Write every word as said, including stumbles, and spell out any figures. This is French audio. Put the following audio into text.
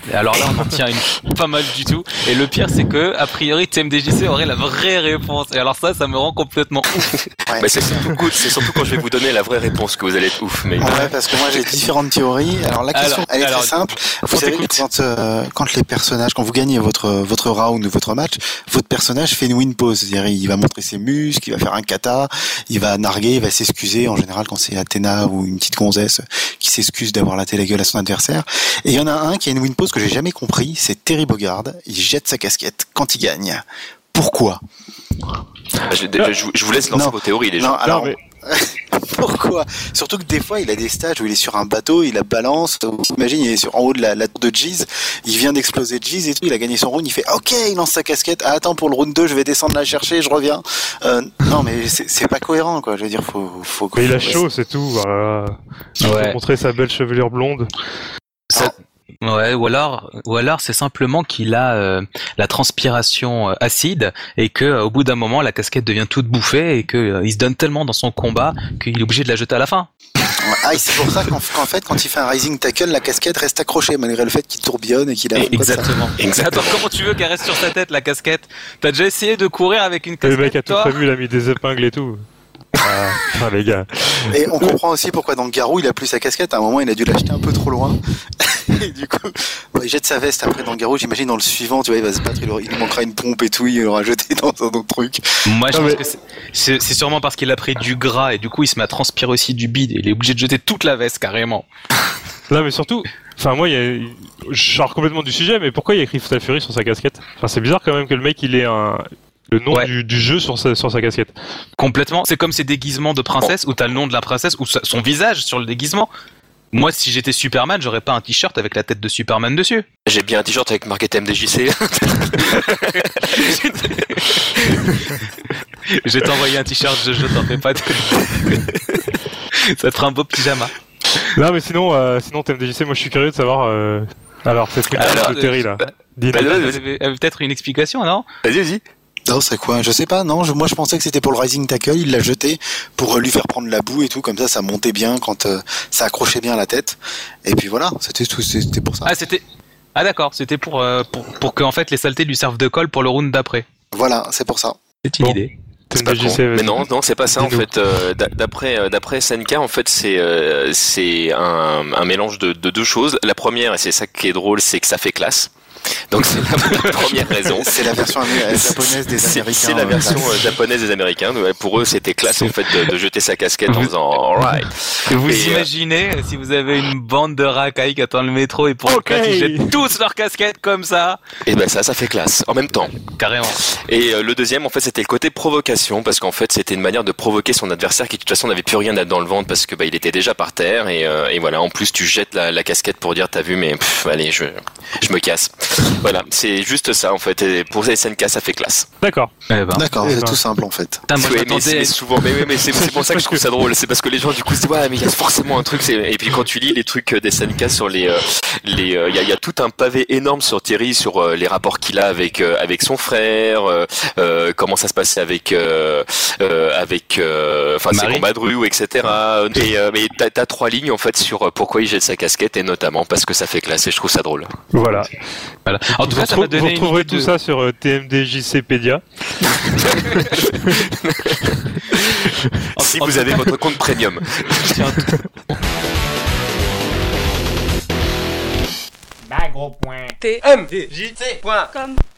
Alors là, on en tient une pas mal du tout. Et le pire, c'est que a priori, T M D J C aurait la vraie réponse. Et alors ça, ça me rend complètement ouf. Ouais. Bah, c'est surtout good, c'est surtout quand je vais vous donner la vraie réponse que vous allez être ouf. Mais ouais, parce que moi j'ai différentes théories. Alors la question, Alors, elle est alors, très simple. Vous savez, quand, euh, quand les personnages, quand vous gagnez votre votre round ou votre match, votre personnage fait une win pose. C'est-à-dire, il va montrer ses muscles, il va faire un kata, il va narguer, il va s'excuser. En général, quand c'est Athéna ou une petite gonzesse qui s'excuse d'avoir laté la gueule à son adversaire. Et il y en a un qui a une win pose que j'ai jamais compris. C'est Terry Bogard. Il jette sa casquette quand il gagne. Pourquoi? je, je, je, je vous laisse lancer Non. vos théories, les gens. Non, alors, mais- pourquoi? Surtout que des fois, il a des stages où il est sur un bateau, il la balance. Imagine, il est sur en haut de la, la tour de Jeez, il vient d'exploser Jeez et tout, il a gagné son round, il fait OK, il lance sa casquette. Ah, attends, pour le round deux, je vais descendre la chercher, je reviens. Euh, non, mais c'est, c'est pas cohérent, quoi. Je veux dire, faut, faut. Mais il a faut- chaud, c'est tout. Voilà. Il Ouais. faut montrer sa belle chevelure blonde. Ça- Ouais, ou alors, ou alors c'est simplement qu'il a euh, la transpiration euh, acide et que euh, au bout d'un moment la casquette devient toute bouffée et que euh, il se donne tellement dans son combat qu'il est obligé de la jeter à la fin. Ah, et c'est pour ça qu'en, qu'en fait, quand il fait un rising tackle, la casquette reste accrochée malgré le fait qu'il tourbillonne et qu'il a. Exactement. Exactement. Attends, comment tu veux qu'elle reste sur sa tête la casquette? T'as déjà essayé de courir avec une Le casquette, mec a tout toi? prévu, il a mis des épingles et tout. Ah, putain, les gars. Et on comprend aussi pourquoi dans Garou il a plus sa casquette. À un moment, il a dû l'acheter un peu trop loin. Et du coup, bon, il jette sa veste après dans Garou. J'imagine dans le suivant, tu vois, il va se battre, il, aura, il lui manquera une pompe et tout, il l'aura jeté dans un autre truc. Moi, je Non, pense mais- que c'est, c'est, c'est sûrement parce qu'il a pris du gras et du coup, il se met à transpirer aussi du bide et il est obligé de jeter toute la veste carrément. Là, mais surtout, enfin, moi, il y a... je sors complètement du sujet, mais pourquoi il y a écrit Fatal Fury sur sa casquette? Enfin, c'est bizarre quand même que le mec, il ait un... le nom Ouais. du, du jeu sur sa, sur sa casquette. Complètement. C'est comme ces déguisements de princesse où t'as le nom de la princesse ou sa- son visage sur le déguisement. Moi, si j'étais Superman, j'aurais pas un t-shirt avec la tête de Superman dessus. J'ai bien un t-shirt avec marqué T M D J C. Je vais t'envoyer un t-shirt, je, je t'en fais pas. De... Ça te fera un beau pyjama. Non, mais sinon, euh, sinon T M D J C, moi, je suis curieux de savoir. Euh... Alors, c'est ce Alors, de Terry là. bah, Dis bah, Là, ouais, vous vas-y. avez avez peut-être une explication, non? Vas-y, vas-y. Non, c'est quoi? Je sais pas, non, je, moi je pensais que c'était pour le rising tackle, il l'a jeté pour euh, lui faire prendre la boue et tout, comme ça ça montait bien quand euh, ça accrochait bien la tête. Et puis voilà, c'était tout, c'était pour ça. Ah, c'était. Ah, d'accord, c'était pour, euh, pour, pour que en fait, les saletés lui servent de colle pour le round d'après. Voilà, c'est pour ça. C'est une Bon. idée. C'est pas con. T M D J C, vas-y. Mais non, non, c'est pas ça en Dis-nous. fait. Euh, d'a- d'après euh, d'après S N K, en fait, c'est euh, c'est un, un mélange de, de deux choses. La première, et c'est ça qui est drôle, c'est que ça fait classe. Donc c'est la, la première raison. C'est la version amé- japonaise des C'est- Américains. C'est la euh, version là. euh, japonaise des Américains. Ouais, pour eux, c'était classe en fait de, de jeter sa casquette en Vous- faisant alright. Vous Et, euh, imaginez euh, si vous avez une bande de racailles qui attend le métro et pour Ok. le cas, ils jettent tous leurs casquettes comme ça. Et ben ça, ça fait classe en même temps. Carrément. Et euh, le deuxième, en fait, c'était le côté provocation, parce qu'en fait, c'était une manière de provoquer son adversaire qui, de toute façon, n'avait plus rien dans le ventre parce que bah, il était déjà par terre. Et, euh, et voilà, en plus, tu jettes la, la casquette pour dire, t'as vu, mais pff, allez, je, je me casse. Voilà, c'est juste ça, en fait. Et pour S N K, ça fait classe. D'accord. Eh ben. D'accord, Eh c'est ben. tout simple en fait. Putain, moi, je Ouais, mais, m'attendais- mais souvent, mais, mais, mais c'est c'est pour ça que je trouve ça drôle. C'est parce que les gens, du coup, se disent, ouais, mais il y a forcément un truc. c'est- Et puis quand tu lis les trucs d'S N K sur les, euh, les, euh, il y, a, il y a tout un pavé énorme sur Terry, sur euh, les rapports qu'il a avec euh, avec son frère, euh, euh, comment ça se passait avec euh, euh, avec, euh, enfin, ses Marie. combats de rue, et cetera. Et euh, mais t'as t'as trois lignes en fait sur euh, pourquoi il jette sa casquette et notamment parce que ça fait classe. Et je trouve ça drôle. Voilà. Voilà. En tout vous cas, ça retrou- m'a donné vous une retrouverez idée tout de- ça sur euh, T M D J C Pédia. En- Si en vous tout avez cas, votre compte premium. tiens, Ben gros point. T M D J C point comme